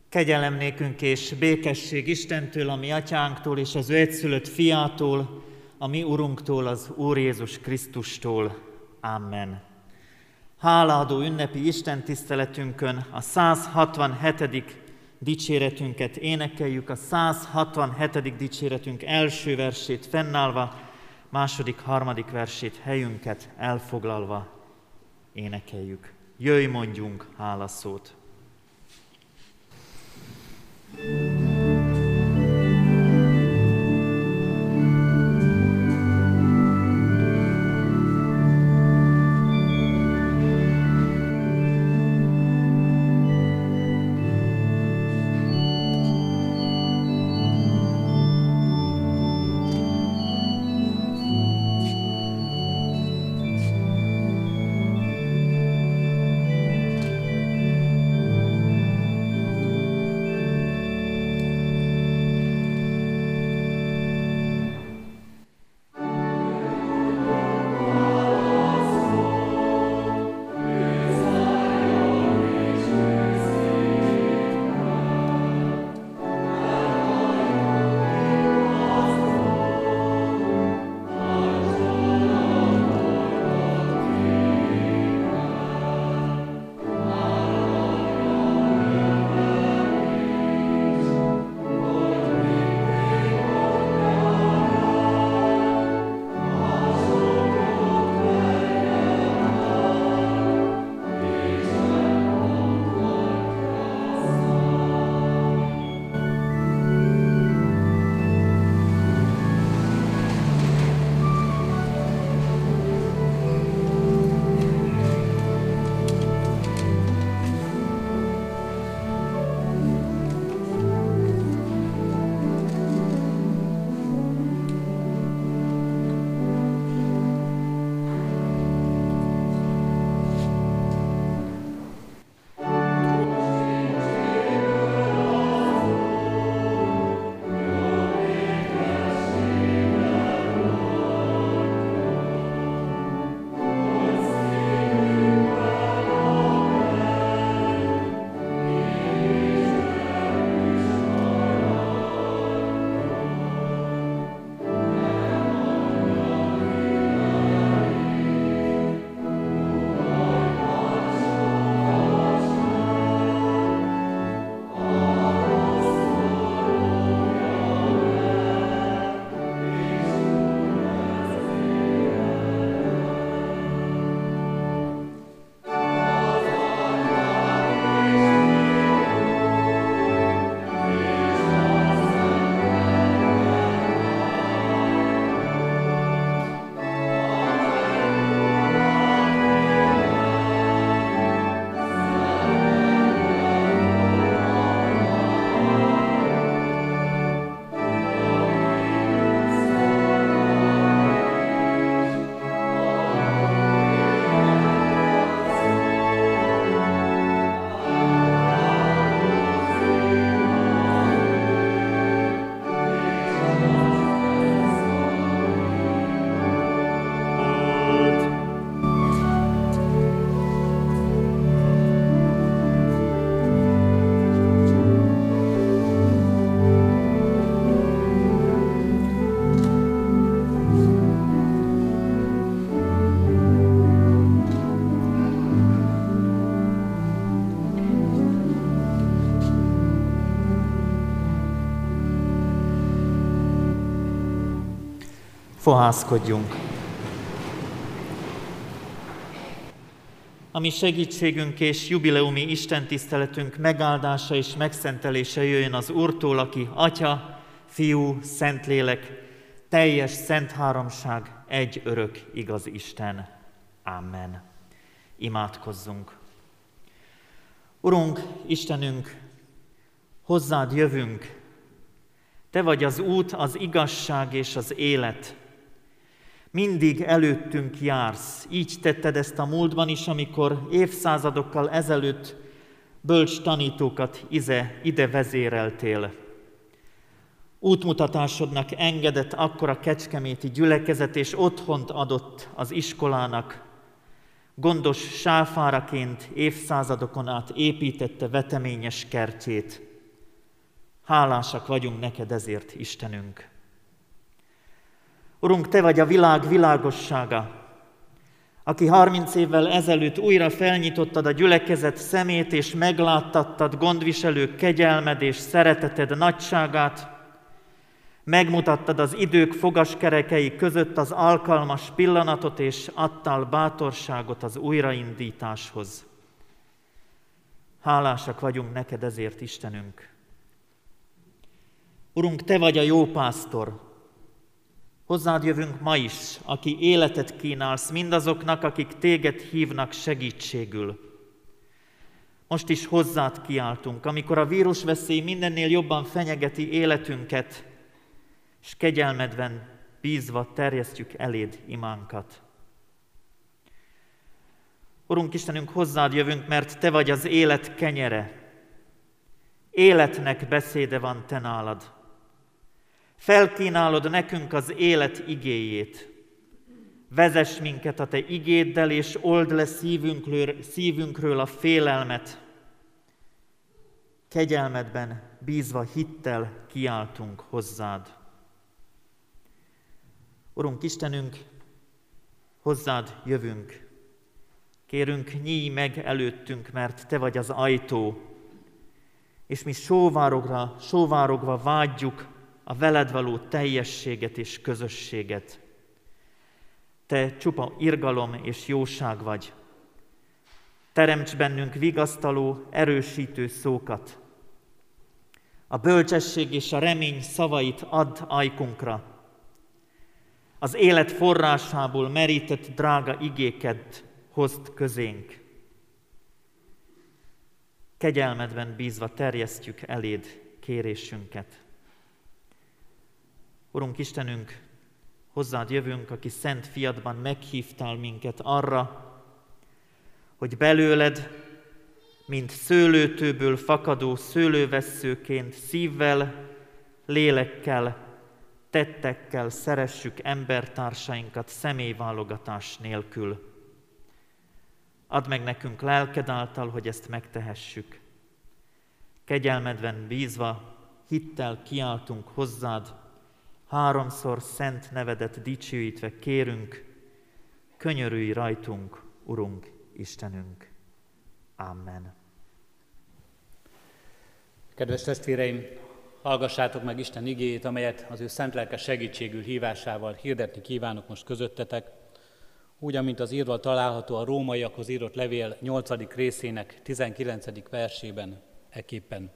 Kegyelem nékünk és békesség Istentől, a mi atyánktól és az ő egyszülött fiától, a mi Urunktól, az Úr Jézus Krisztustól. Amen. Hálaadó ünnepi istentiszteletünkön a 167. dicséretünket énekeljük, a 167. dicséretünk első versét fennállva, második, harmadik versét helyünket elfoglalva énekeljük. Jöjj, mondjunk hálaszót! Fohászkodjunk! A mi segítségünk és jubileumi istentiszteletünk megáldása és megszentelése jöjjön az Úrtól, aki Atya, Fiú, Szentlélek, teljes szent háromság, egy örök igaz Isten. Amen. Imádkozzunk! Urunk, Istenünk, hozzád jövünk. Te vagy az út, az igazság és az élet. Mindig előttünk jársz. Így tetted ezt a múltban is, amikor évszázadokkal ezelőtt bölcs tanítókat ide vezéreltél. Útmutatásodnak engedett akkor a kecskeméti gyülekezet, és otthont adott az iskolának. Gondos sáfáraként évszázadokon át építette veteményes kertjét. Hálásak vagyunk neked ezért, Istenünk. Urunk, te vagy a világ világossága, aki 30 évvel ezelőtt újra felnyitottad a gyülekezet szemét, és megláttattad gondviselő kegyelmed és szereteted nagyságát, megmutattad az idők fogaskerekei között az alkalmas pillanatot, és adtál bátorságot az újraindításhoz. Hálásak vagyunk neked ezért, Istenünk. Urunk, te vagy a jó pásztor. Hozzád jövünk ma is, aki életet kínálsz mindazoknak, akik téged hívnak segítségül. Most is hozzád kiáltunk, amikor a vírusveszély mindennél jobban fenyegeti életünket, és kegyelmedben bízva terjesztjük eléd imánkat. Urunk Istenünk, hozzád jövünk, mert te vagy az élet kenyere. Életnek beszéde van te nálad. Felkínálod nekünk az élet igéjét. Vezess minket a te igéddel, és old le szívünkről a félelmet. Kegyelmedben bízva hittel kiáltunk hozzád. Urunk Istenünk, hozzád jövünk. Kérünk, nyíj meg előttünk, mert te vagy az ajtó, és mi sóvárogva vágyjuk a veled való teljességet és közösséget. Te csupa irgalom és jóság vagy. Teremts bennünk vigasztaló, erősítő szókat. A bölcsesség és a remény szavait add ajkunkra. Az élet forrásából merített drága igéket hozd közénk. Kegyelmedben bízva terjesztjük eléd kérésünket. Urunk Istenünk, hozzád jövünk, aki szent fiadban meghívtál minket arra, hogy belőled, mint szőlőtőből fakadó szőlővesszőként szívvel, lélekkel, tettekkel szeressük embertársainkat személyválogatás nélkül. Add meg nekünk lelked által, hogy ezt megtehessük. Kegyelmedben bízva, hittel kiáltunk hozzád, háromszor szent nevedet dicsőítve kérünk, könyörülj rajtunk, Urunk, Istenünk. Amen. Kedves testvéreim, hallgassátok meg Isten igéjét, amelyet az ő szent lelke segítségül hívásával hirdetni kívánok most közöttetek, úgy, amint az írva található a Rómaiakhoz írott levél 8. részének 19. versében ekképpen.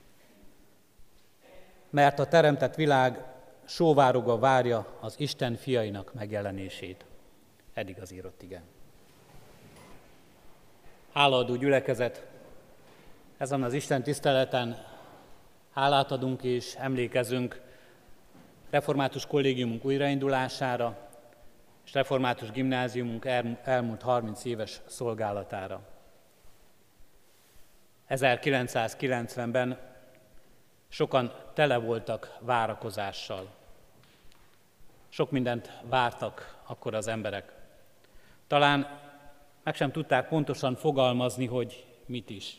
Mert a teremtett világ sóvárogva várja az Isten fiainak megjelenését. Eddig az írott ige. Hálaadó gyülekezet, ezen az Isten tiszteleten hálát adunk és emlékezünk református kollégiumunk újraindulására és református gimnáziumunk elmúlt 30 éves szolgálatára. 1990-ben sokan tele voltak várakozással. Sok mindent vártak akkor az emberek. Talán meg sem tudták pontosan fogalmazni, hogy mit is.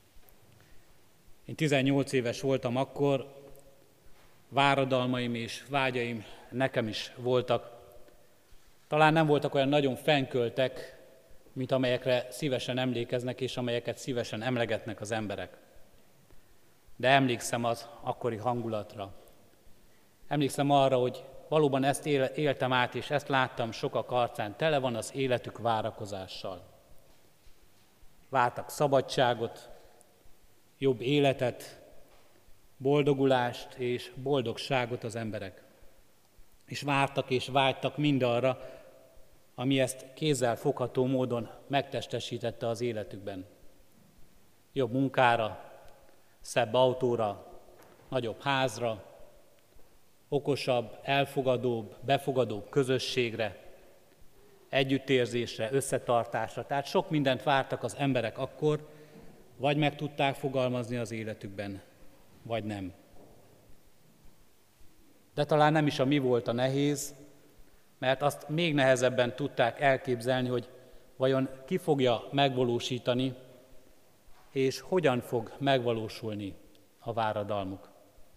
Én 18 éves voltam akkor, váradalmaim és vágyaim nekem is voltak. Talán nem voltak olyan nagyon fennköltek, mint amelyekre szívesen emlékeznek, és amelyeket szívesen emlegetnek az emberek. De emlékszem az akkori hangulatra. Emlékszem arra, hogy valóban ezt éltem át, és ezt láttam sokak arcán. Tele van az életük várakozással. Vártak szabadságot, jobb életet, boldogulást és boldogságot az emberek. És vártak és vágytak mindarra, ami ezt kézzel fogható módon megtestesítette az életükben. Jobb munkára, szebb autóra, nagyobb házra, okosabb, elfogadóbb, befogadóbb közösségre, együttérzésre, összetartásra. Tehát sok mindent vártak az emberek akkor, vagy meg tudták fogalmazni az életükben, vagy nem. De talán nem is a mi volt a nehéz, mert azt még nehezebben tudták elképzelni, hogy vajon ki fogja megvalósítani, és hogyan fog megvalósulni a váradalmuk.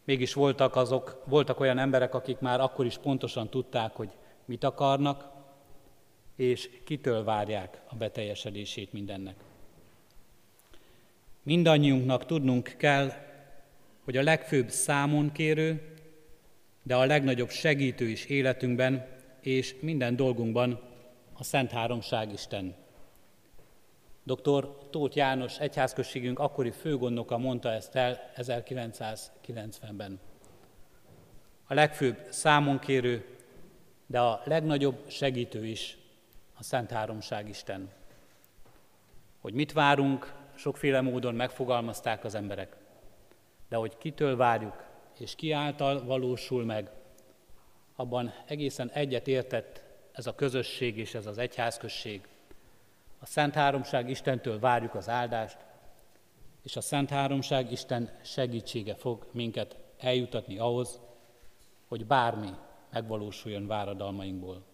Mégis voltak olyan emberek, akik már akkor is pontosan tudták, hogy mit akarnak, és kitől várják a beteljesedését mindennek. Mindannyiunknak tudnunk kell, hogy a legfőbb számonkérő, de a legnagyobb segítő is életünkben és minden dolgunkban a Szent Háromság Isten. Dr. Tóth János egyházközségünk akkori főgondnoka mondta ezt el 1990-ben. A legfőbb számonkérő, de a legnagyobb segítő is a Szent Háromság Isten. Hogy mit várunk, sokféle módon megfogalmazták az emberek, de hogy kitől várjuk és ki által valósul meg, abban egészen egyet értett ez a közösség és ez az egyházközség. A Szent Háromság Istentől várjuk az áldást, és a Szent Háromság Isten segítsége fog minket eljutatni ahhoz, hogy bármi megvalósuljon váradalmainkból.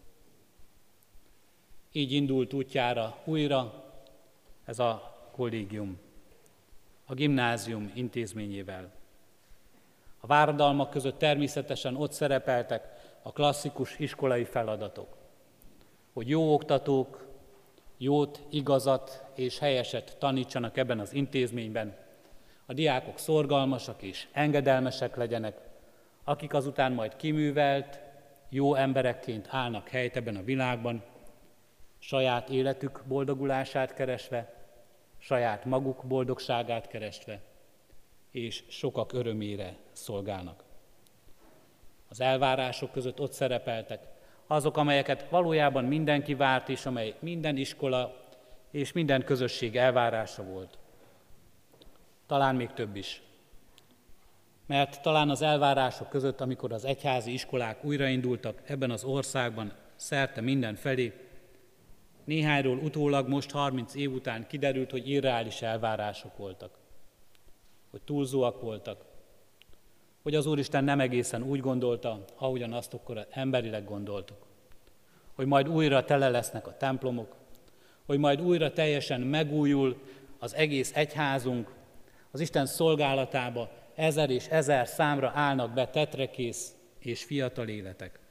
Így indult útjára újra ez a kollégium, a gimnázium intézményével. A váradalmak között természetesen ott szerepeltek a klasszikus iskolai feladatok, hogy jó oktatók jót, igazat és helyeset tanítsanak ebben az intézményben, a diákok szorgalmasak és engedelmesek legyenek, akik azután majd kiművelt, jó emberekként állnak helyt ebben a világban, saját életük boldogulását keresve, saját maguk boldogságát keresve, és sokak örömére szolgálnak. Az elvárások között ott szerepeltek azok, amelyeket valójában mindenki várt, és amely minden iskola és minden közösség elvárása volt. Talán még több is. Mert talán az elvárások között, amikor az egyházi iskolák újraindultak ebben az országban szerte mindenfelé, néhányról utólag most 30 év után kiderült, hogy irreális elvárások voltak, hogy túlzóak voltak, hogy az Úristen nem egészen úgy gondolta, ahogyan azt akkor emberileg gondoltuk, hogy majd újra tele lesznek a templomok, hogy majd újra teljesen megújul az egész egyházunk, az Isten szolgálatába 1000 és 1000 számra állnak be tetrekész és fiatal életek.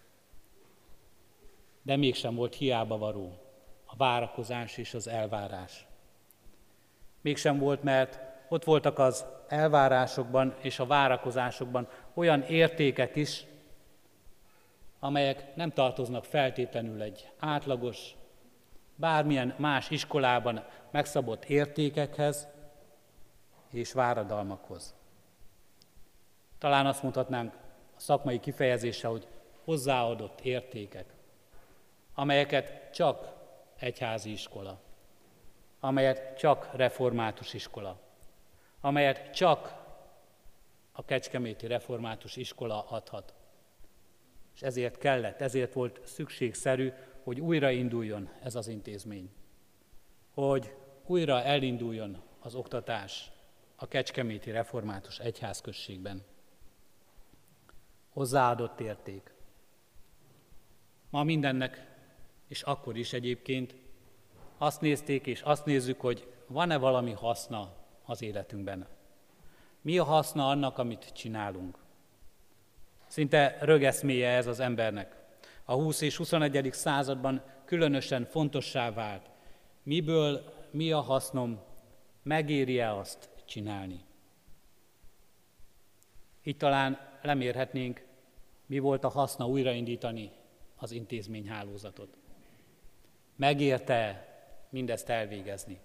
De mégsem volt hiába való a várakozás és az elvárás. Mégsem volt, mert ott voltak az elvárásokban és a várakozásokban olyan értékek is, amelyek nem tartoznak feltétlenül egy átlagos, bármilyen más iskolában megszabott értékekhez és váradalmakhoz. Talán azt mondhatnánk a szakmai kifejezéssel, hogy hozzáadott értékek, amelyeket csak egyházi iskola, amelyet csak református iskola, amelyet csak a Kecskeméti Református Iskola adhat. És ezért volt szükségszerű, hogy újrainduljon ez az intézmény. Hogy újra elinduljon az oktatás a Kecskeméti Református Egyházközségben. Hozzáadott érték. Ma mindennek, és akkor is egyébként, azt nézték és azt nézzük, hogy van-e valami haszna az életünkben. Mi a haszna annak, amit csinálunk? Szinte rögeszméje ez az embernek. A 20. és 21. században különösen fontossá vált. Miből mi a hasznom, megéri-e azt csinálni? Így talán lemérhetnénk, mi volt a haszna újraindítani az intézményhálózatot. Megérte mindezt elvégezni?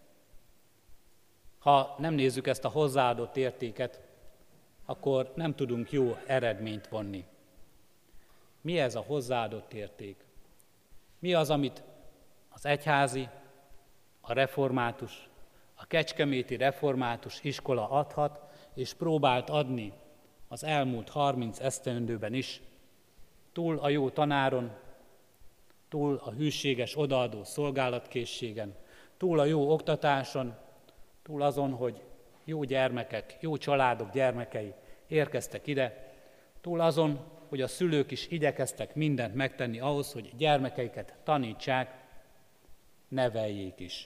Ha nem nézzük ezt a hozzáadott értéket, akkor nem tudunk jó eredményt vonni. Mi ez a hozzáadott érték? Mi az, amit az egyházi, a református, a Kecskeméti Református Iskola adhat, és próbált adni az elmúlt 30 esztendőben is, túl a jó tanáron, túl a hűséges odaadó szolgálatkészségen, túl a jó oktatáson, túl azon, hogy jó gyermekek, jó családok gyermekei érkeztek ide, túl azon, hogy a szülők is igyekeztek mindent megtenni ahhoz, hogy gyermekeiket tanítsák, neveljék is.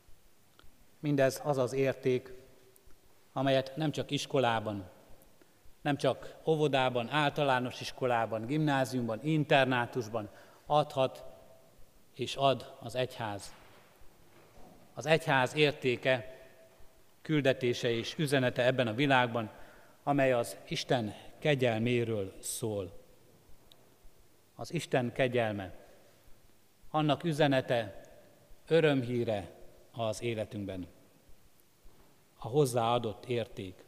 Mindez az az érték, amelyet nem csak iskolában, nem csak óvodában, általános iskolában, gimnáziumban, internátusban adhat és ad az egyház. Az egyház értéke, küldetése és üzenete ebben a világban, amely az Isten kegyelméről szól. Az Isten kegyelme, annak üzenete, örömhíre az életünkben. A hozzáadott érték.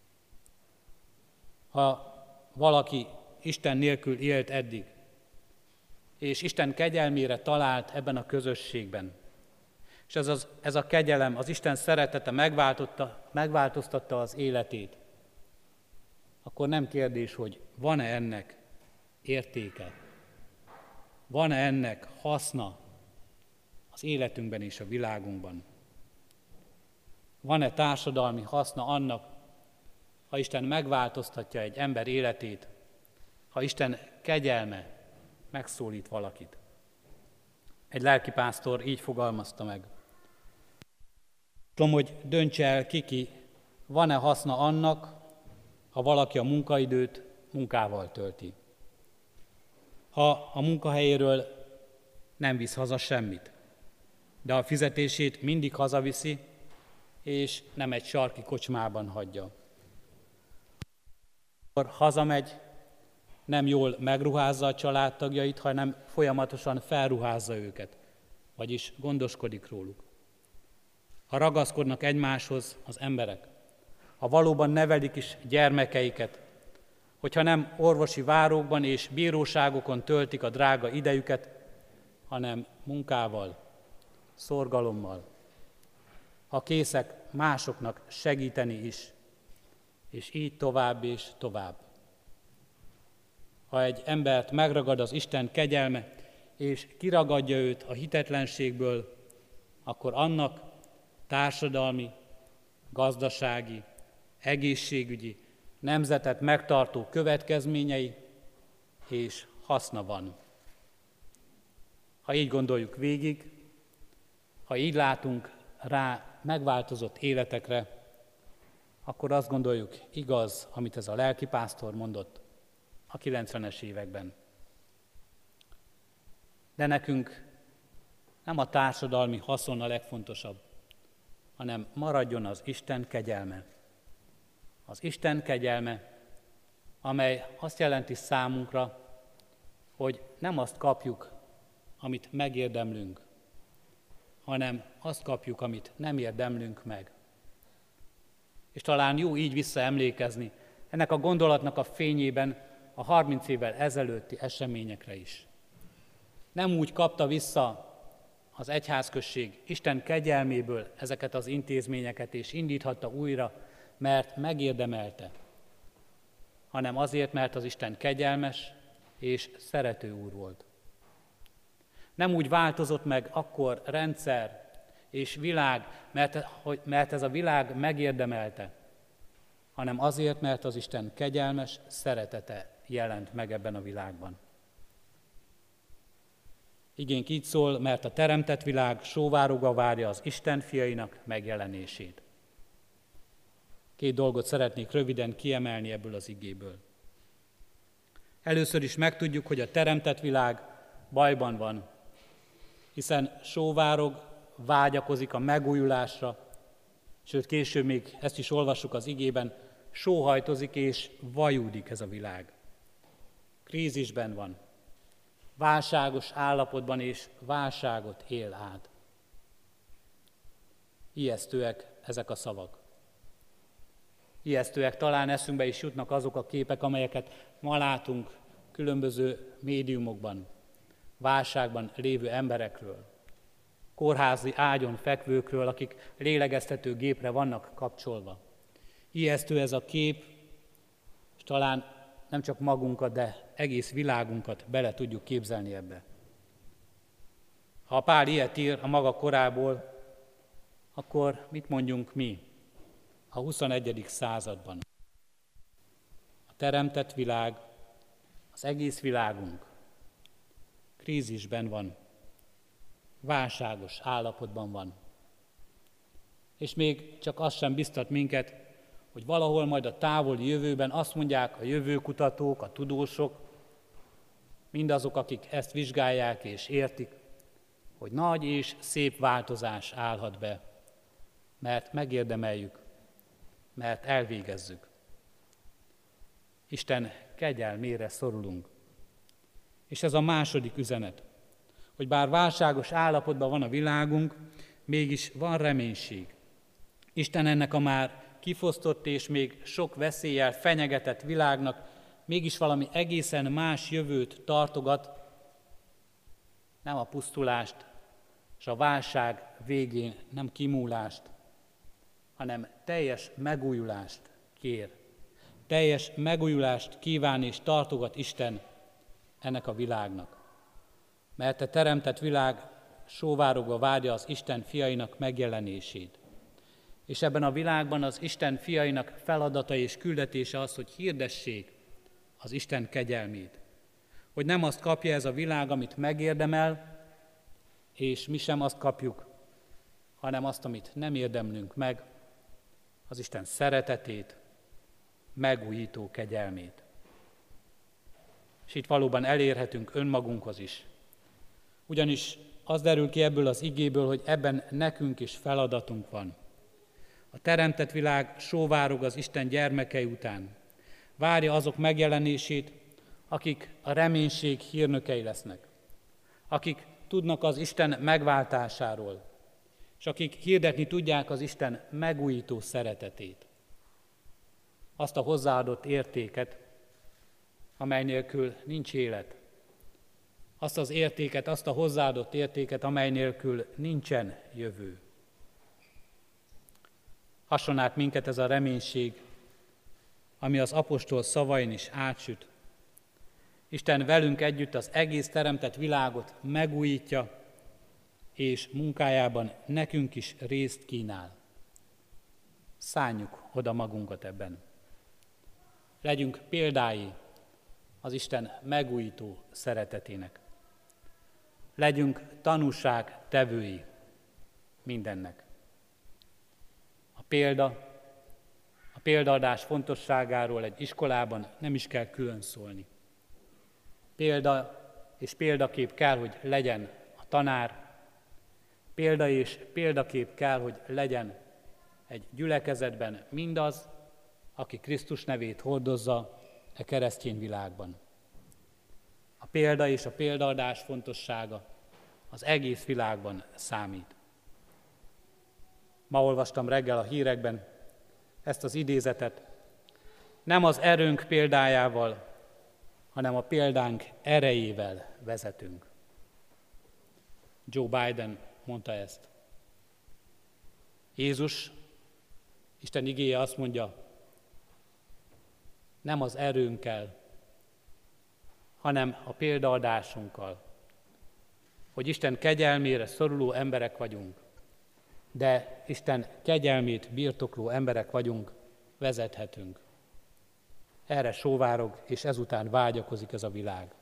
Ha valaki Isten nélkül élt eddig, és Isten kegyelmére talált ebben a közösségben, és ez a kegyelem, az Isten szeretete megváltoztatta az életét, akkor nem kérdés, hogy van-e ennek értéke, van-e ennek haszna az életünkben és a világunkban. Van-e társadalmi haszna annak, ha Isten megváltoztatja egy ember életét, ha Isten kegyelme megszólít valakit. Egy lelkipásztor így fogalmazta meg. Tudom, hogy döntse el ki, van-e haszna annak, ha valaki a munkaidőt munkával tölti. Ha a munkahelyéről nem visz haza semmit, de a fizetését mindig hazaviszi, és nem egy sarki kocsmában hagyja. Akkor hazamegy, nem jól megruházza a családtagjait, hanem folyamatosan felruházza őket, vagyis gondoskodik róluk. Ha ragaszkodnak egymáshoz az emberek, ha valóban nevelik is gyermekeiket, hogyha nem orvosi várókban és bíróságokon töltik a drága idejüket, hanem munkával, szorgalommal, ha készek másoknak segíteni is, és így tovább és tovább. Ha egy embert megragad az Isten kegyelme, és kiragadja őt a hitetlenségből, akkor annak társadalmi, gazdasági, egészségügyi, nemzetet megtartó következményei és haszna van. Ha így gondoljuk végig, ha így látunk rá megváltozott életekre, akkor azt gondoljuk, igaz, amit ez a lelkipásztor mondott a 90-es években. De nekünk nem a társadalmi haszon a legfontosabb, hanem maradjon az Isten kegyelme. Az Isten kegyelme, amely azt jelenti számunkra, hogy nem azt kapjuk, amit megérdemlünk, hanem azt kapjuk, amit nem érdemlünk meg. És talán jó így visszaemlékezni ennek a gondolatnak a fényében a 30 évvel ezelőtti eseményekre is. Nem úgy kapta vissza az egyházközség Isten kegyelméből ezeket az intézményeket, és indíthatta újra, mert megérdemelte, hanem azért, mert az Isten kegyelmes és szerető Úr volt. Nem úgy változott meg akkor rendszer és világ, mert ez a világ megérdemelte, hanem azért, mert az Isten kegyelmes szeretete jelent meg ebben a világban. Igénk így szól, mert a teremtett világ sóvárogva várja az Isten fiainak megjelenését. 2 dolgot szeretnék röviden kiemelni ebből az igéből. Először is megtudjuk, hogy a teremtett világ bajban van, hiszen sóvárog, vágyakozik a megújulásra, sőt később még ezt is olvassuk az igében, sóhajtozik és vajúdik ez a világ. Krízisben van, válságos állapotban és válságot él át. Ijesztőek ezek a szavak. Ijesztőek, talán eszünkbe is jutnak azok a képek, amelyeket ma látunk különböző médiumokban, válságban lévő emberekről, kórházi ágyon fekvőkről, akik lélegeztető gépre vannak kapcsolva. Ijesztő ez a kép, és talán nem csak magunkat, de egész világunkat bele tudjuk képzelni ebbe. Ha Pál ilyet ír a maga korából, akkor mit mondjunk mi a 21. században? A teremtett világ, az egész világunk krízisben van, válságos állapotban van. És még csak az sem biztat minket, hogy valahol majd a távoli jövőben azt mondják a jövőkutatók, a tudósok, mindazok, akik ezt vizsgálják és értik, hogy nagy és szép változás állhat be, mert megérdemeljük, mert elvégezzük. Isten kegyelmére szorulunk. És ez a második üzenet, hogy bár válságos állapotban van a világunk, mégis van reménység. Isten ennek a már kifosztott és még sok veszéllyel fenyegetett világnak mégis valami egészen más jövőt tartogat, nem a pusztulást, és a válság végén nem kimúlást, hanem teljes megújulást kér. Teljes megújulást kíván és tartogat Isten ennek a világnak. Mert a teremtett világ sóvárogva várja az Isten fiainak megjelenését. És ebben a világban az Isten fiainak feladata és küldetése az, hogy hirdessék az Isten kegyelmét. Hogy nem azt kapja ez a világ, amit megérdemel, és mi sem azt kapjuk, hanem azt, amit nem érdemlünk meg, az Isten szeretetét, megújító kegyelmét. És itt valóban elérhetünk önmagunkhoz is. Ugyanis az derül ki ebből az igéből, hogy ebben nekünk is feladatunk van. A teremtett világ sóvárog az Isten gyermekei után. Várja azok megjelenését, akik a reménység hírnökei lesznek. Akik tudnak az Isten megváltásáról, és akik hirdetni tudják az Isten megújító szeretetét. Azt a hozzáadott értéket, amely nélkül nincs élet. Azt az értéket, azt a hozzáadott értéket, amely nélkül nincsen jövő. Hasson át minket ez a reménység, ami az apostol szavain is átsüt. Isten velünk együtt az egész teremtett világot megújítja, és munkájában nekünk is részt kínál. Szánjuk oda magunkat ebben. Legyünk példái az Isten megújító szeretetének. Legyünk tanúságtevői mindennek. A példaadás fontosságáról egy iskolában nem is kell külön szólni. Példa és példakép kell, hogy legyen a tanár, példa és példakép kell, hogy legyen egy gyülekezetben mindaz, aki Krisztus nevét hordozza e keresztény világban. A példa és a példaadás fontossága az egész világban számít. Ma olvastam reggel a hírekben ezt az idézetet. Nem az erőnk példájával, hanem a példánk erejével vezetünk. Joe Biden mondta ezt. Jézus, Isten igéje azt mondja, nem az erőnkkel, hanem a példaadásunkkal, hogy Isten kegyelmére szoruló emberek vagyunk, de Isten kegyelmét birtokló emberek vagyunk, vezethetünk. Erre sóvárog, és ezután vágyakozik ez a világ.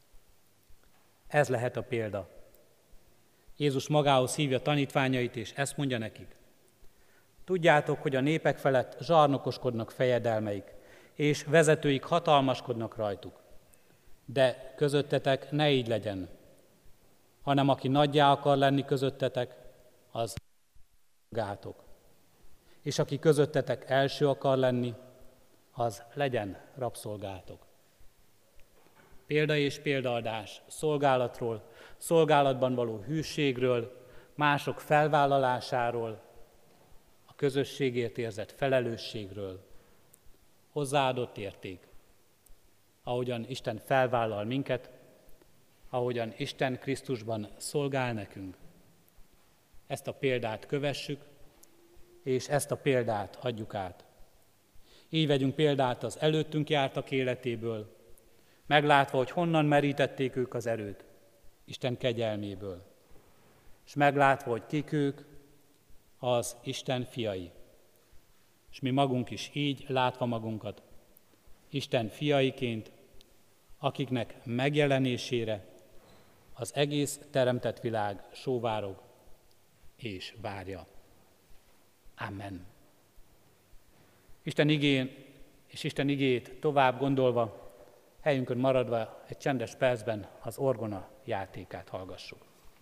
Ez lehet a példa. Jézus magához hívja tanítványait, és ezt mondja nekik. Tudjátok, hogy a népek felett zsarnokoskodnak fejedelmeik, és vezetőik hatalmaskodnak rajtuk. De közöttetek ne így legyen, hanem aki nagyjá akar lenni közöttetek, az gátok. És aki közöttetek első akar lenni, az legyen rabszolgátok. Példa és példaadás szolgálatról, szolgálatban való hűségről, mások felvállalásáról, a közösségért érzett felelősségről. Hozzáadott érték, ahogyan Isten felvállal minket, ahogyan Isten Krisztusban szolgál nekünk. Ezt a példát kövessük, és ezt a példát adjuk át. Így vegyünk példát az előttünk jártak életéből, meglátva, hogy honnan merítették ők az erőt, Isten kegyelméből. És meglátva, hogy kik ők, az Isten fiai. És mi magunk is így látva magunkat, Isten fiaiként, akiknek megjelenésére az egész teremtett világ sóvárog és várja. Amen. Isten igén és Isten igét tovább gondolva, helyünkön maradva egy csendes percben az orgona játékát hallgassuk.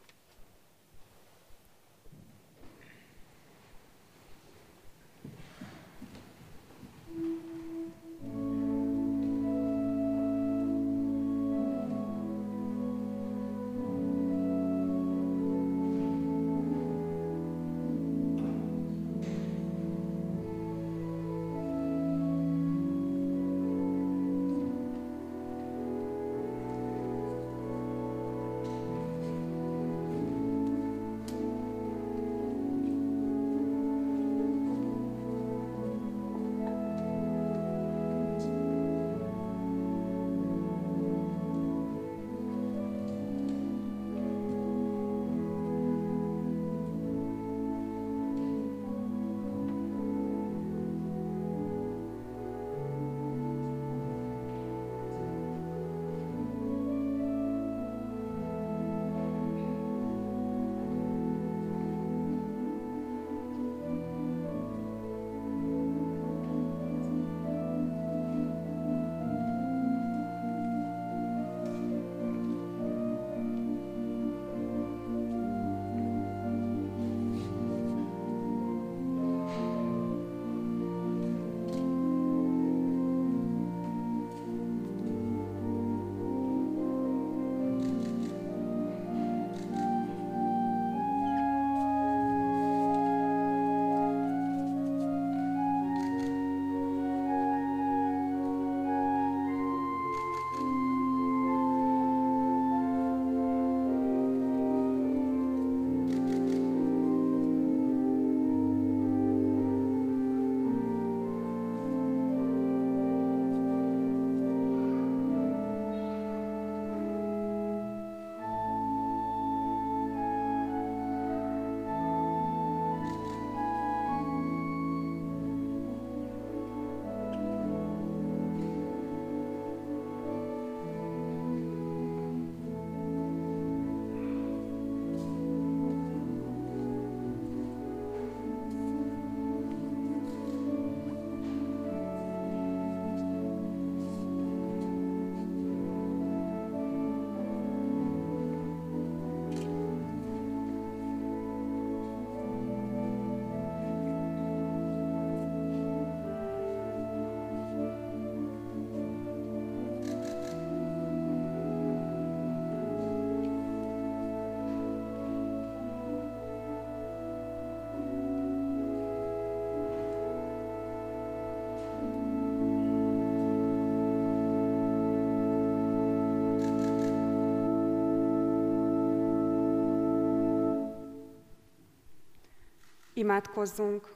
Imádkozzunk!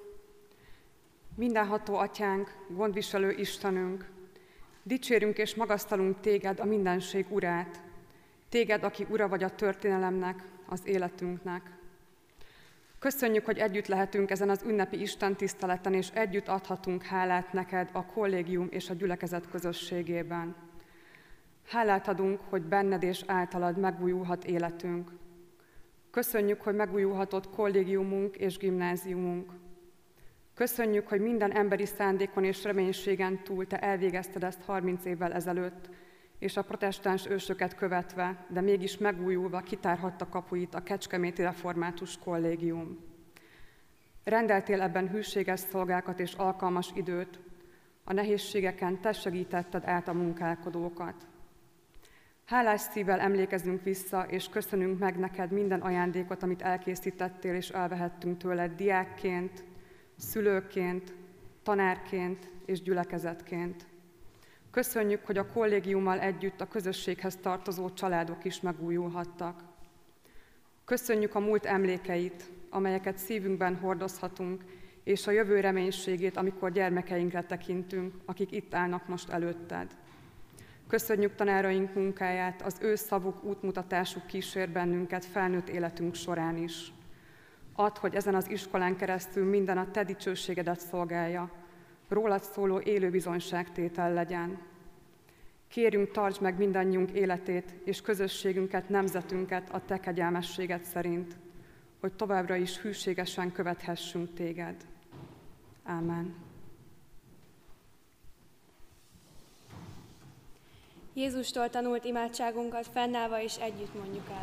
Mindenható Atyánk, gondviselő Istenünk, dicsérünk és magasztalunk Téged, a mindenség Urát, Téged, aki Ura vagy a történelemnek, az életünknek. Köszönjük, hogy együtt lehetünk ezen az ünnepi istentiszteleten, és együtt adhatunk hálát neked a kollégium és a gyülekezet közösségében. Hálát adunk, hogy benned és általad megújulhat életünk. Köszönjük, hogy megújulhatott kollégiumunk és gimnáziumunk. Köszönjük, hogy minden emberi szándékon és reménységen túl te elvégezted ezt 30 évvel ezelőtt, és a protestáns ősöket követve, de mégis megújulva kitárhatta kapuit a Kecskeméti Református Kollégium. Rendeltél ebben hűséges szolgákat és alkalmas időt, a nehézségeken te segítetted át a munkálkodókat. Hálás szívvel emlékezünk vissza, és köszönünk meg neked minden ajándékot, amit elkészítettél, és elvehettünk tőled diákként, szülőként, tanárként és gyülekezetként. Köszönjük, hogy a kollégiummal együtt a közösséghez tartozó családok is megújulhattak. Köszönjük a múlt emlékeit, amelyeket szívünkben hordozhatunk, és a jövő reménységét, amikor gyermekeinkre tekintünk, akik itt állnak most előtted. Köszönjük tanáraink munkáját, az ő szavuk, útmutatásuk kísér bennünket felnőtt életünk során is. Add, hogy ezen az iskolán keresztül minden a te dicsőségedet szolgálja, rólad szóló élő bizonyságtétel legyen. Kérünk, tartsd meg mindannyiunk életét és közösségünket, nemzetünket a te kegyelmességed szerint, hogy továbbra is hűségesen követhessünk téged. Ámen. Jézustól tanult imádságunkat fennállva és együtt mondjuk el.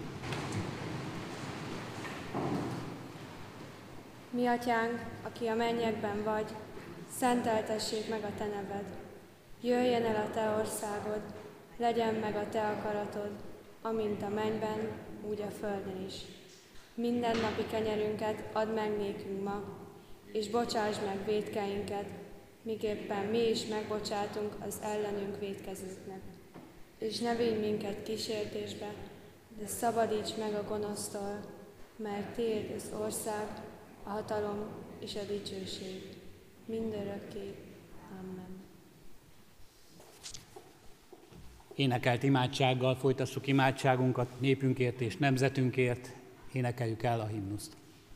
Mi atyánk, aki a mennyekben vagy, szenteltessék meg a te neved. Jöjjön el a te országod, legyen meg a te akaratod, amint a mennyben, úgy a földön is. Minden napi kenyerünket add meg nékünk ma, és bocsásd meg vétkeinket, miképpen mi is megbocsátunk az ellenünk vétkezőknek. És ne vigy minket kísértésbe, de szabadíts meg a gonosztól, mert tiéd az ország, a hatalom és a dicsőség mindörökké. Amen. Énekelt imádsággal folytassuk imádságunkat népünkért és nemzetünkért, énekeljük el a himnuszt.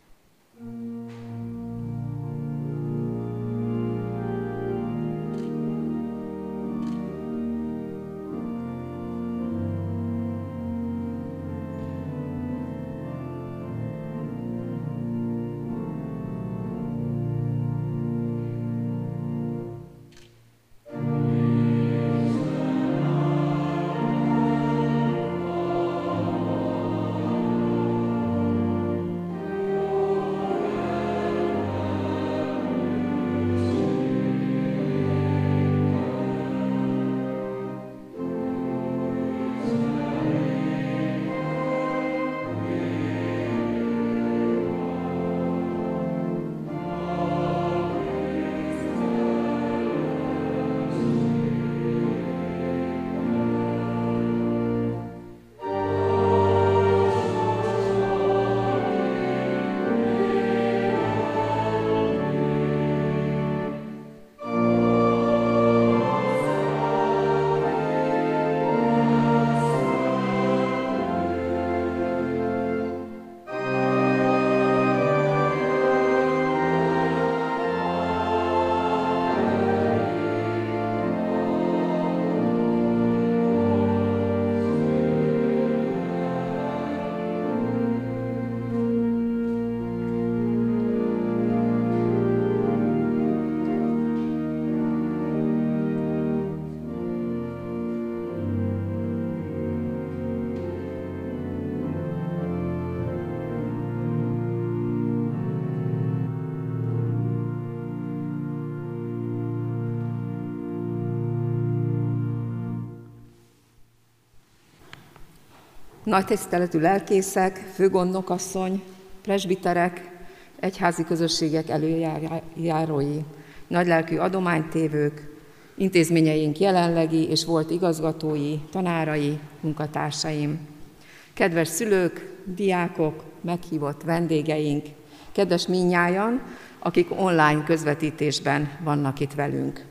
Nagy tiszteletű lelkészek, főgondnokasszony, presbiterek, egyházi közösségek előjárói, nagylelkű adománytévők, intézményeink jelenlegi és volt igazgatói, tanárai, munkatársaim, kedves szülők, diákok, meghívott vendégeink, kedves mindnyájan, akik online közvetítésben vannak itt velünk.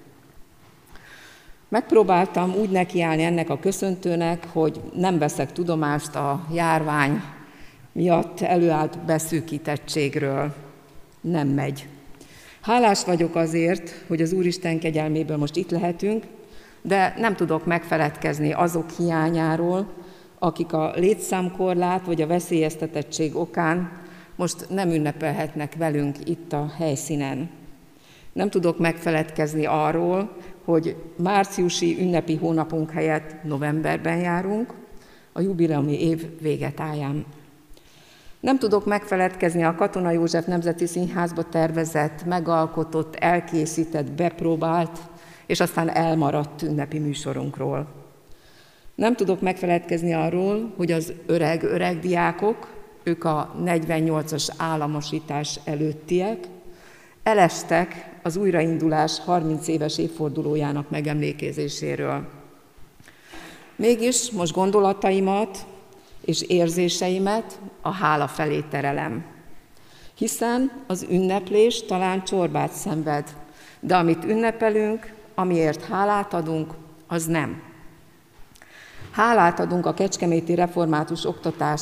Megpróbáltam úgy nekiállni ennek a köszöntőnek, hogy nem veszek tudomást a járvány miatt előállt beszűkítettségről. Nem megy. Hálás vagyok azért, hogy az Úristen kegyelméből most itt lehetünk, de nem tudok megfeledkezni azok hiányáról, akik a létszámkorlát vagy a veszélyeztetettség okán most nem ünnepelhetnek velünk itt a helyszínen. Nem tudok megfeledkezni arról, hogy márciusi ünnepi hónapunk helyett novemberben járunk, a jubileumi év végetáján. Nem tudok megfeledkezni a Katona József Nemzeti Színházba tervezett, megalkotott, elkészített, bepróbált, és aztán elmaradt ünnepi műsorunkról. Nem tudok megfeledkezni arról, hogy az öreg diákok, ők a 48-as államosítás előttiek, elestek az újraindulás 30 éves évfordulójának megemlékezéséről. Mégis most gondolataimat és érzéseimet a hála felé terelem. Hiszen az ünneplés talán csorbát szenved, de amit ünnepelünk, amiért hálát adunk, az nem. Hálát adunk a kecskeméti református oktatás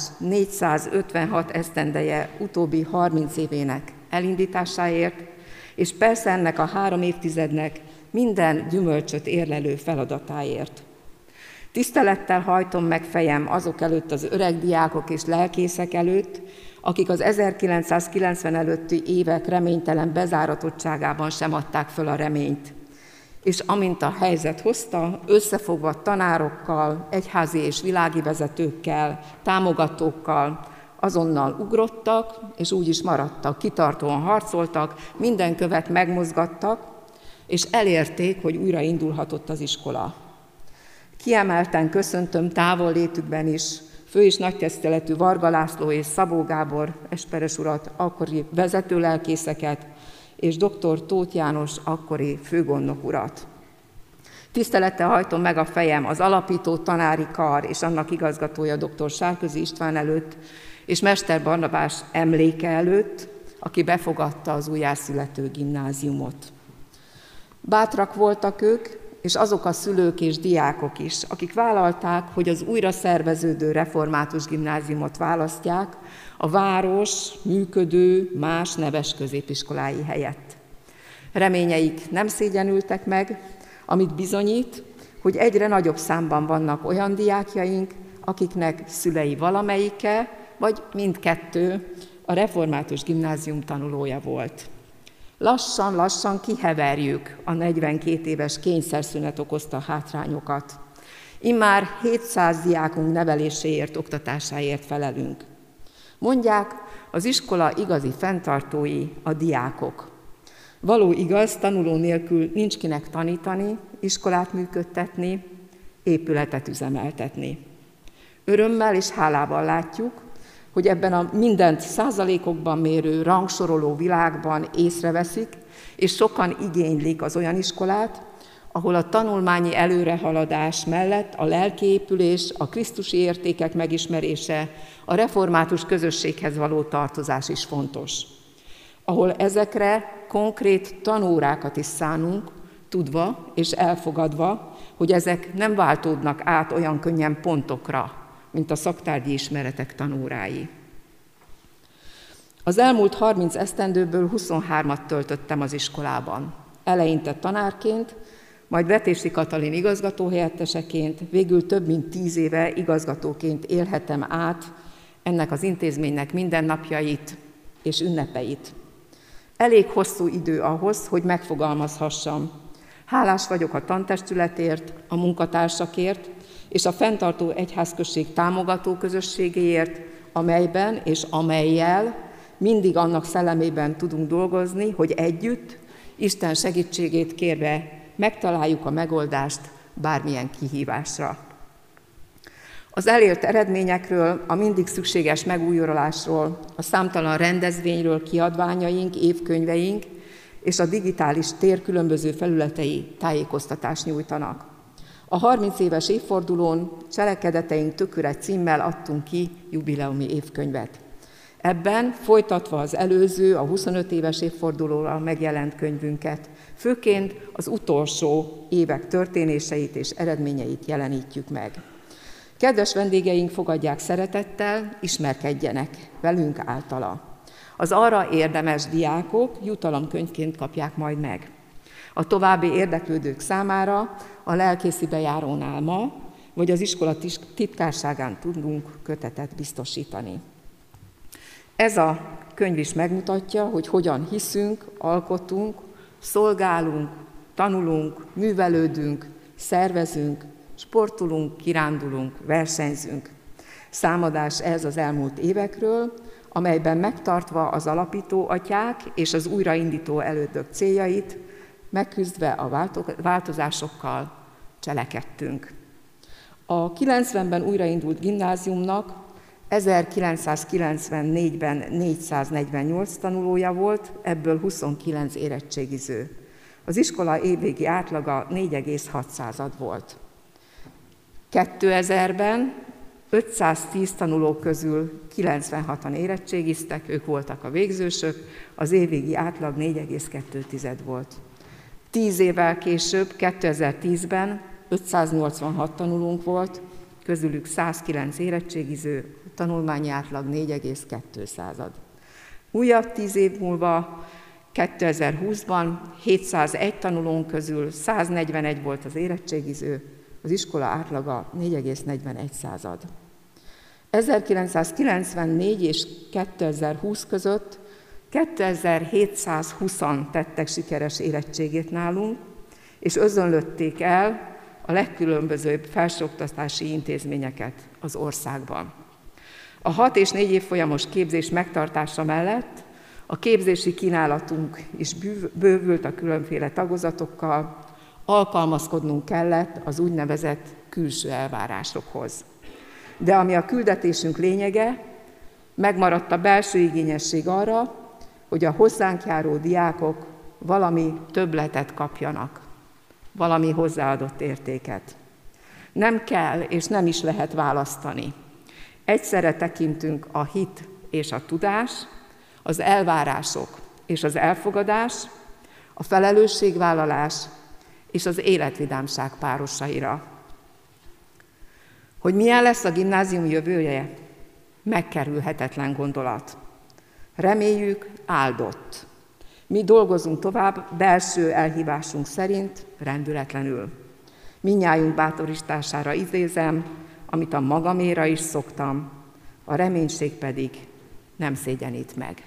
456 esztendeje utóbbi 30 évének elindításáért, és persze ennek a 3 évtizednek minden gyümölcsöt érlelő feladatáért. Tisztelettel hajtom meg fejem azok előtt, az öreg diákok és lelkészek előtt, akik az 1990 előtti évek reménytelen bezáratottságában sem adták föl a reményt. és amint a helyzet hozta, összefogva tanárokkal, egyházi és világi vezetőkkel, támogatókkal, azonnal ugrottak, és úgy is maradtak, kitartóan harcoltak, minden követ megmozgattak, és elérték, hogy újra indulhatott az iskola. Kiemelten köszöntöm távollétükben is fő- és nagytiszteletű Varga László és Szabó Gábor esperes urat, akkori vezetőlelkészeket, és dr. Tóth János, akkori főgondnok urat. Tisztelettel hajtom meg a fejem az alapító tanári kar és annak igazgatója dr. Sárközi István előtt, és Mester Barnabás emléke előtt, aki befogadta az újjászülető gimnáziumot. Bátrak voltak ők, és azok a szülők és diákok is, akik vállalták, hogy az újra szerveződő református gimnáziumot választják a város működő más neves középiskolái helyett. Reményeik nem szégyenültek meg, amit bizonyít, hogy egyre nagyobb számban vannak olyan diákjaink, akiknek szülei valamelyike, vagy mindkettő a református gimnázium tanulója volt. Lassan kiheverjük a 42 éves kényszerszünet okozta hátrányokat. Immár 700 diákunk neveléséért, oktatásáért felelünk. Mondják, az iskola igazi fenntartói a diákok. Való igaz, tanuló nélkül nincs kinek tanítani, iskolát működtetni, épületet üzemeltetni. Örömmel és hálával látjuk, hogy ebben a mindent százalékokban mérő, rangsoroló világban észreveszik, és sokan igénylik az olyan iskolát, ahol a tanulmányi előrehaladás mellett a lelkiépülés, a krisztusi értékek megismerése, a református közösséghez való tartozás is fontos. Ahol ezekre konkrét tanórákat is szánunk, tudva és elfogadva, hogy ezek nem váltódnak át olyan könnyen pontokra, mint a szaktárgyi ismeretek tanórái. Az elmúlt 30 esztendőből 23-at töltöttem az iskolában. Eleinte tanárként, majd Vetési Katalin igazgatóhelyetteseként, végül több mint 10 éve igazgatóként élhetem át ennek az intézménynek mindennapjait és ünnepeit. Elég hosszú idő ahhoz, hogy megfogalmazhassam. Hálás vagyok a tantestületért, a munkatársakért, és a fenntartó egyházközség támogató közösségéért, amelyben és amellyel mindig annak szellemében tudunk dolgozni, hogy együtt, Isten segítségét kérve megtaláljuk a megoldást bármilyen kihívásra. Az elért eredményekről, a mindig szükséges megújulásról, a számtalan rendezvényről kiadványaink, évkönyveink és a digitális tér különböző felületei tájékoztatást nyújtanak. A 30 éves évfordulón Cselekedeteink tököre címmel adtunk ki jubileumi évkönyvet. Ebben folytatva az előző, a 25 éves évfordulóra megjelent könyvünket, főként az utolsó évek történéseit és eredményeit jelenítjük meg. Kedves vendégeink, fogadják szeretettel, ismerkedjenek velünk általa. Az arra érdemes diákok jutalomkönyvként kapják majd meg. A további érdeklődők számára a lelkészi bejárónál ma, vagy az iskola titkárságán tudunk kötetet biztosítani. Ez a könyv is megmutatja, hogy hogyan hiszünk, alkotunk, szolgálunk, tanulunk, művelődünk, szervezünk, sportolunk, kirándulunk, versenyzünk. Számadás ez az elmúlt évekről, amelyben megtartva az alapító atyák és az újraindító elődök céljait, megküzdve a változásokkal cselekedtünk. A 90-ben újraindult gimnáziumnak 1994-ben 448 tanulója volt, ebből 29 érettségiző. Az iskola évvégi átlaga 4,6 volt. 2000-ben 510 tanuló közül 96-an érettségiztek, ők voltak a végzősök, az évvégi átlag 4,2 volt. 10 évvel később, 2010-ben 586 tanulónk volt, közülük 109 érettségiző, a tanulmányi átlag 4,2. Újabb 10 év múlva, 2020-ban 701 tanulónk közül 141 volt az érettségiző, az iskola átlaga 4,41. 1994 és 2020 között 2720-an tettek sikeres érettségét nálunk, és özönlötték el a legkülönbözőbb felsőoktatási intézményeket az országban. A 6 és 4 évfolyamos képzés megtartása mellett a képzési kínálatunk is bővült a különféle tagozatokkal, alkalmazkodnunk kellett az úgynevezett külső elvárásokhoz. De ami a küldetésünk lényege, megmaradt a belső igényesség arra, hogy a hozzánk járó diákok valami többletet kapjanak, valami hozzáadott értéket. Nem kell és nem is lehet választani. Egyszerre tekintünk a hit és a tudás, az elvárások és az elfogadás, a felelősségvállalás és az életvidámság párosaira. Hogy milyen lesz a gimnázium jövője? Megkerülhetetlen gondolat. Reméljük, áldott. Mi dolgozunk tovább belső elhívásunk szerint, rendületlenül. Mindnyájunk bátorítására idézem, amit a magaméra is szoktam, a reménység pedig nem szégyenít meg.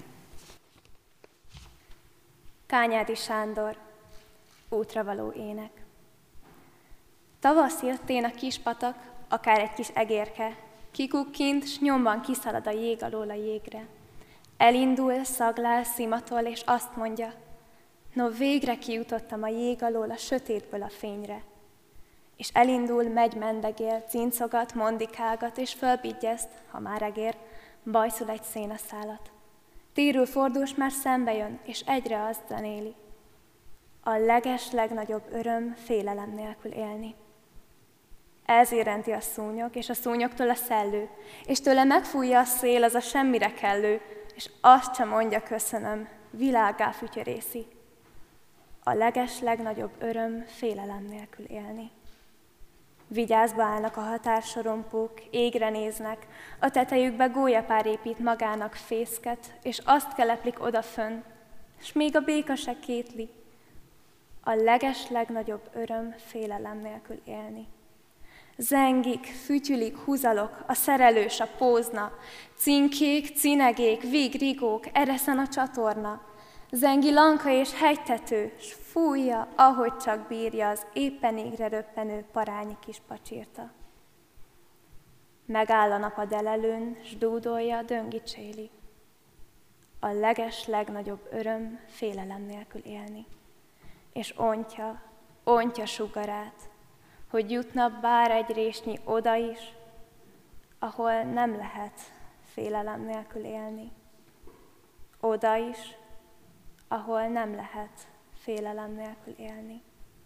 Kányádi Sándor, útra való ének. Tavasz jöttén a kis patak, akár egy kis egérke, kikukkint, s nyomban kiszalad a jég alól a jégre. Elindul, szaglál, szimatol, és azt mondja, no végre kijutottam a jég alól a sötétből a fényre. És elindul, megy, mendegél, cincogat, mondikálgat, és fölbigyezt, ha már egér, bajszul egy szénaszálat. Térül fordul, már szembe jön, és egyre azt zenéli. A legnagyobb öröm félelem nélkül élni. Elzérenti a szúnyog, és a szúnyogtól a szellő, és tőle megfújja a szél, az a semmire kellő, és azt sem mondja köszönöm, világgá fütyörészi. A legnagyobb öröm félelem nélkül élni. Vigyázba állnak a határsorompók, égre néznek, a tetejükbe gólyapár épít magának fészket, és azt keleplik odafönn, és még a béka se kétli. A legnagyobb öröm félelem nélkül élni. Zengik, fütyülik, húzalok, a szerelős, a pózna, cinkék, cinegék, víg-rigók, ereszen a csatorna. Zengi lanka és hegytető, s fújja, ahogy csak bírja az éppen égre röppenő parányi kis pacsirta. Megáll a nap a delelőn, s dúdolja, döngicséli. A legnagyobb öröm félelem nélkül élni. És ontja sugarát, hogy jutna bár egy résnyi oda is, ahol nem lehet félelem nélkül élni. Oda is, ahol nem lehet félelem nélkül élni.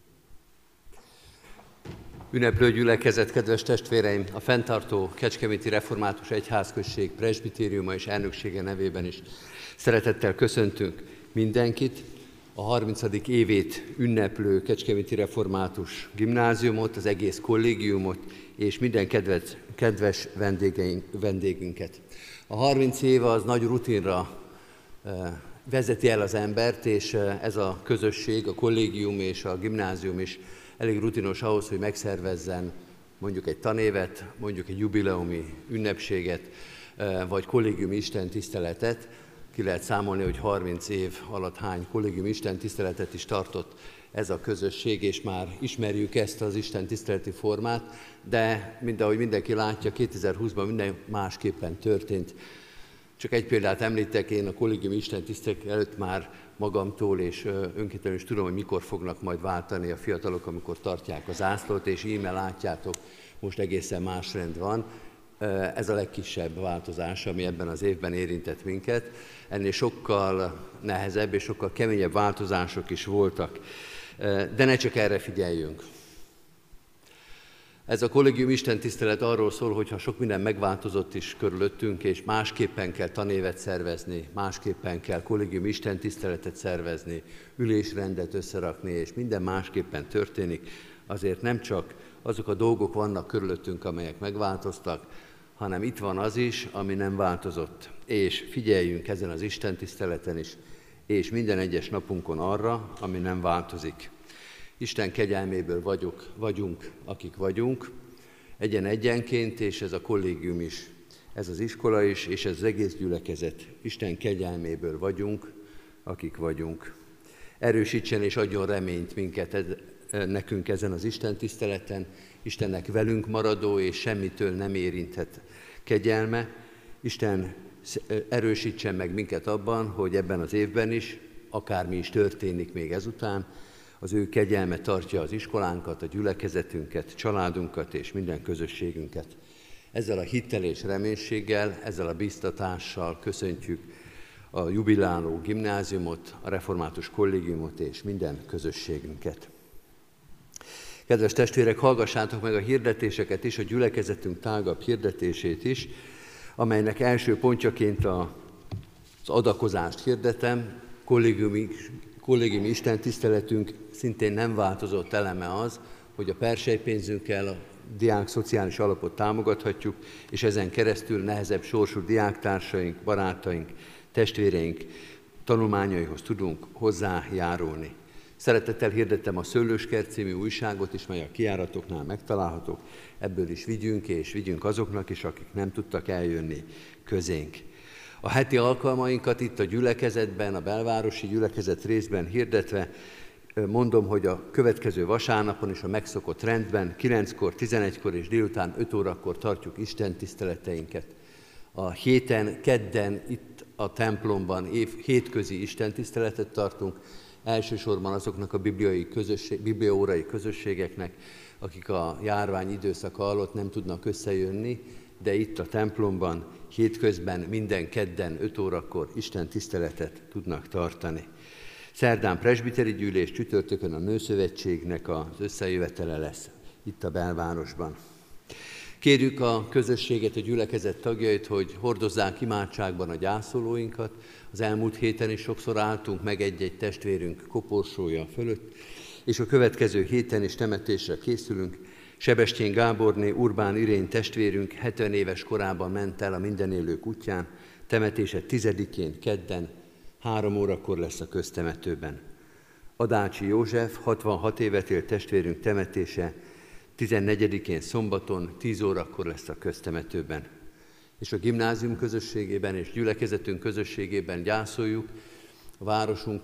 Ünneplő gyülekezet, kedves testvéreim! A fenntartó Kecskeméti Református Egyházközség presbitériuma és elnöksége nevében is szeretettel köszöntünk mindenkit. A 30. évét ünneplő Kecskeméti Református Gimnáziumot, az egész kollégiumot és minden kedves vendégünket. A 30 éve az nagy rutinra vezeti el az embert, és ez a közösség, a kollégium és a gimnázium is elég rutinos ahhoz, hogy megszervezzen mondjuk egy tanévet, mondjuk egy jubileumi ünnepséget, vagy kollégiumi istentiszteletet. Ki lehet számolni, hogy 30 év alatt hány kollégiumi istentiszteletet is tartott ez a közösség, és már ismerjük ezt az istentiszteleti formát, de ahogy mindenki látja, 2020-ban minden másképpen történt. Csak egy példát említek, én a kollégiumi istentiszteletek előtt már magamtól és önkéntelenül is tudom, hogy mikor fognak majd váltani a fiatalok, amikor tartják a zászlót, és íme látjátok, most egészen más rend van. Ez a legkisebb változás, ami ebben az évben érintett minket. Ennél sokkal nehezebb és sokkal keményebb változások is voltak. De ne csak erre figyeljünk. Ez a kollégium istentisztelet arról szól, hogy ha sok minden megváltozott is körülöttünk, és másképpen kell tanévet szervezni, másképpen kell kollégium istentiszteletet szervezni, ülésrendet összerakni, és minden másképpen történik, azért nem csak azok a dolgok vannak körülöttünk, amelyek megváltoztak, hanem itt van az is, ami nem változott. És figyeljünk ezen az istentiszteleten is, és minden egyes napunkon arra, ami nem változik. Isten kegyelméből vagyunk, akik vagyunk, egyenként, és ez a kollégium is, ez az iskola is, és ez az egész gyülekezet. Isten kegyelméből vagyunk, akik vagyunk. Erősítsen és adjon reményt minket nekünk ezen az Isten tiszteleten, Istennek velünk maradó és semmitől nem érinthet kegyelme. Isten erősítsen meg minket abban, hogy ebben az évben is, akármi is történik még ezután, az ő kegyelme tartja az iskolánkat, a gyülekezetünket, családunkat és minden közösségünket. Ezzel a hittel és reménységgel, ezzel a biztatással köszöntjük a jubiláló gimnáziumot, a református kollégiumot és minden közösségünket. Kedves testvérek, hallgassátok meg a hirdetéseket is, a gyülekezetünk tágabb hirdetését is, amelynek első pontjaként az adakozást hirdetem. Kollégiumi istentiszteletünk szintén nem változott eleme az, hogy a perselypénzünkkel a diák szociális alapot támogathatjuk, és ezen keresztül nehezebb sorsú diáktársaink, barátaink, testvéreink tanulmányaihoz tudunk hozzájárulni. Szeretettel hirdettem a Szőlőskert című újságot is, mely a kijáratoknál megtalálhatók. Ebből is vigyünk azoknak is, akik nem tudtak eljönni közénk. A heti alkalmainkat itt a gyülekezetben, a belvárosi gyülekezet részben hirdetve, mondom, hogy a következő vasárnapon is a megszokott rendben 9-kor, 11-kor és délután 5 órakor tartjuk istentiszteleteinket. A héten, kedden itt a templomban hétközi istentiszteletet tartunk, elsősorban azoknak a bibliaórai közösségeknek, akik a járvány időszaka alatt nem tudnak összejönni, de itt a templomban hétközben minden kedden 5 órakor istentiszteletet tudnak tartani. Szerdán presbiteri gyűlés, csütörtökön a Nőszövetségnek az összejövetele lesz itt a belvárosban. Kérjük a közösséget, a gyülekezet tagjait, hogy hordozzák imádságban a gyászolóinkat. Az elmúlt héten is sokszor álltunk meg egy-egy testvérünk koporsója fölött, és a következő héten is temetésre készülünk. Sebestyén Gáborné Urbán Irény testvérünk 70 éves korában ment el a mindenélők útján, temetése 10-én kedden, 3 órakor lesz a köztemetőben. Adácsi József 66 évet élt testvérünk temetése 14-én szombaton 10 órakor lesz a köztemetőben. És a gimnázium közösségében és gyülekezetünk közösségében gyászoljuk a városunk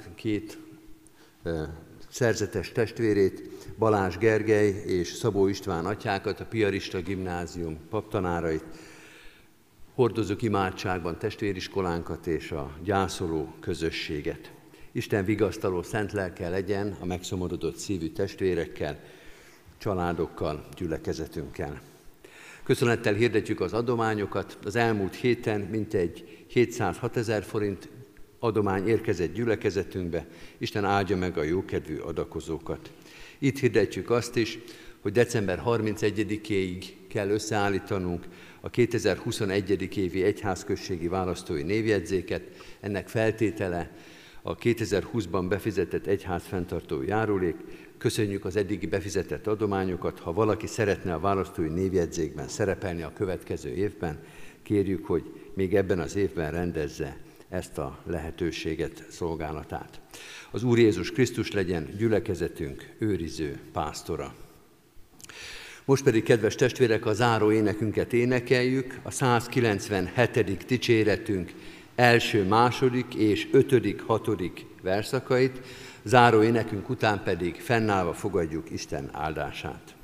2 szerzetes testvérét, Balázs Gergely és Szabó István atyákat, a Piarista Gimnázium paptanárait. Hordozzuk imádságban testvériskolánkat és a gyászoló közösséget. Isten vigasztaló szent lelke legyen a megszomorodott szívű testvérekkel, családokkal, gyülekezetünkkel. Köszönettel hirdetjük az adományokat. Az elmúlt héten mintegy 706 000 forint adomány érkezett gyülekezetünkbe. Isten áldja meg a jókedvű adakozókat. Itt hirdetjük azt is, hogy december 31-éig kell összeállítanunk a 2021. évi egyházközségi választói névjegyzéket. Ennek feltétele a 2020-ban befizetett egyházfenntartó járulék. Köszönjük az eddigi befizetett adományokat. Ha valaki szeretne a választói névjegyzékben szerepelni a következő évben, kérjük, hogy még ebben az évben rendezze ezt a lehetőséget, szolgálatát. Az Úr Jézus Krisztus legyen gyülekezetünk őriző pásztora. Most pedig, kedves testvérek, a záró énekünket énekeljük, a 197. dicséretünk első, második és 5., 6. verszakait, záró énekünk után pedig fennállva fogadjuk Isten áldását.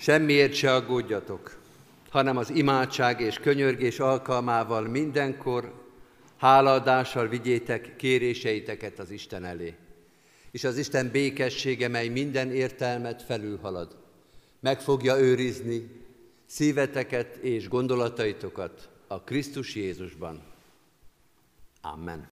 Semmiért se aggódjatok, hanem az imádság és könyörgés alkalmával mindenkor hálaadással vigyétek kéréseiteket az Isten elé. És az Isten békessége, mely minden értelmet felülhalad, meg fogja őrizni szíveteket és gondolataitokat a Krisztus Jézusban. Amen.